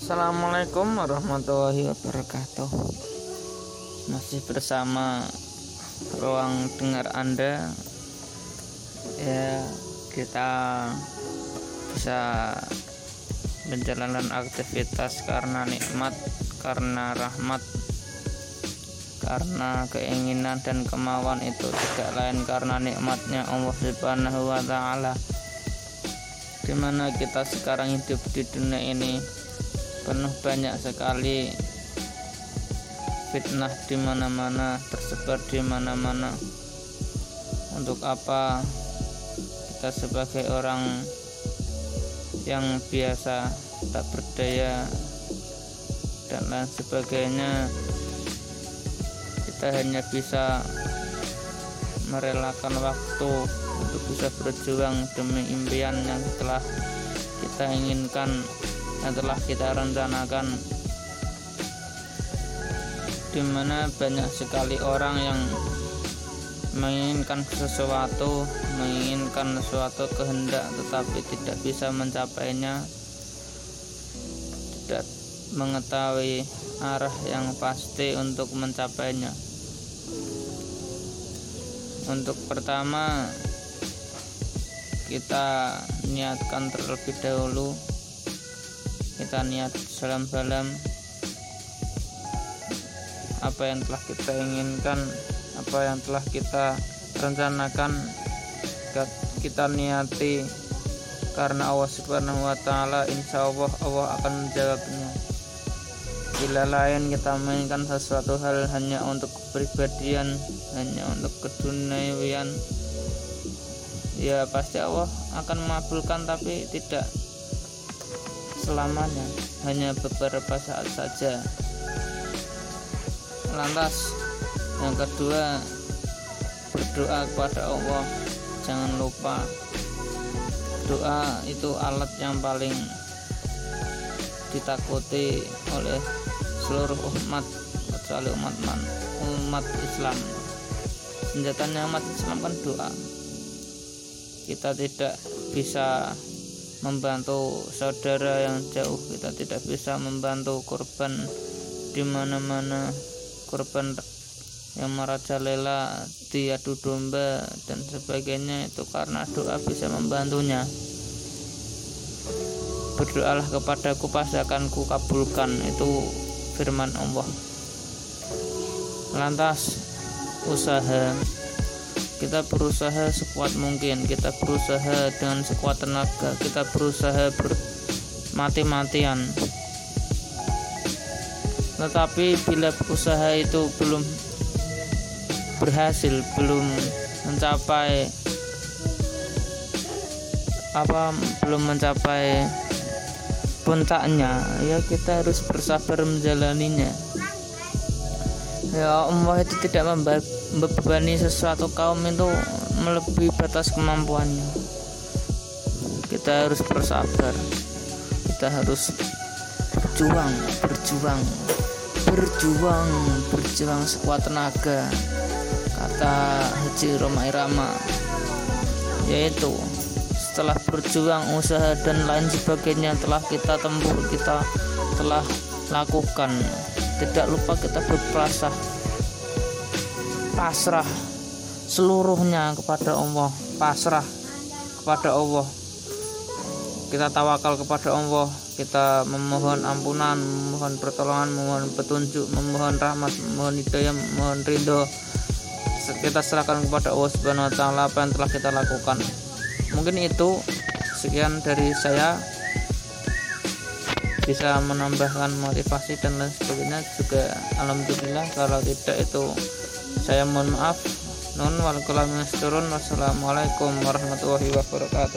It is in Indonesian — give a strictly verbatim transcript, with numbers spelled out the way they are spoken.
Assalamualaikum warahmatullahi wabarakatuh. Masih bersama ruang dengar Anda. Ya, kita bisa menjalankan aktivitas karena nikmat, karena rahmat, karena keinginan dan kemauan itu tidak lain karena nikmatnya Allah Subhanahu wa taala. Dimana kita sekarang hidup di dunia ini penuh banyak sekali fitnah di mana-mana, tersebar di mana-mana. Untuk apa kita sebagai orang yang biasa, tak berdaya dan lain sebagainya, kita hanya bisa merelakan waktu untuk bisa berjuang demi impian yang telah kita inginkan, yang telah kita rencanakan. Dimana banyak sekali orang yang menginginkan sesuatu, menginginkan suatu kehendak tetapi tidak bisa mencapainya, tidak mengetahui arah yang pasti untuk mencapainya. Untuk pertama, kita niatkan terlebih dahulu, kita niat dalam-dalam apa yang telah kita inginkan, apa yang telah kita rencanakan, kita niati karena Allah Subhanahu wa taala. Insya Allah Allah akan menjawabnya. Bila lain kita menginginkan sesuatu hal hanya untuk kepribadian, hanya untuk keduniawian, ya pasti Allah akan mengabulkan, tapi tidak selamanya, hanya beberapa saat saja. Lantas yang kedua, berdoa kepada Allah. Jangan lupa, doa itu alat yang paling ditakuti oleh seluruh umat, kecuali umat man, umat Islam. Senjatanya umat Islam kan doa. Kita tidak bisa membantu saudara yang jauh, kita tidak bisa membantu korban di mana-mana, korban yang merajalela, diadu domba dan sebagainya, itu karena doa bisa membantunya. Berdoalah kepadaku pasti akan kukabulkan, itu firman Allah. Lantas usaha, kita berusaha sekuat mungkin, kita berusaha dengan sekuat tenaga, kita berusaha bermati-matian. Tetapi bila usaha itu belum berhasil, belum mencapai apa, belum mencapai puncaknya, ya kita harus bersabar menjalaninya. Ya Allah itu tidak membebani sesuatu kaum itu melebihi batas kemampuannya. Kita harus bersabar, kita harus berjuang, berjuang, berjuang, berjuang sekuat tenaga, kata Haji Roma Irama. Yaitu setelah berjuang, usaha dan lain sebagainya telah kita tempuh, kita telah lakukan, tidak lupa kita berpasrah, pasrah seluruhnya kepada Allah, pasrah kepada Allah. Kita tawakal kepada Allah, kita memohon ampunan, memohon pertolongan, memohon petunjuk, memohon rahmat, memohon hidayah, memohon ridho. Kita serahkan kepada Allah Subhanahu wa taala apa yang telah kita lakukan. Mungkin itu sekian dari saya, bisa menambahkan motivasi dan lain sebagainya juga alhamdulillah. Kalau tidak itu saya mohon maaf. Nun wal kalam yasturun. Wassalamualaikum warahmatullahi wabarakatuh.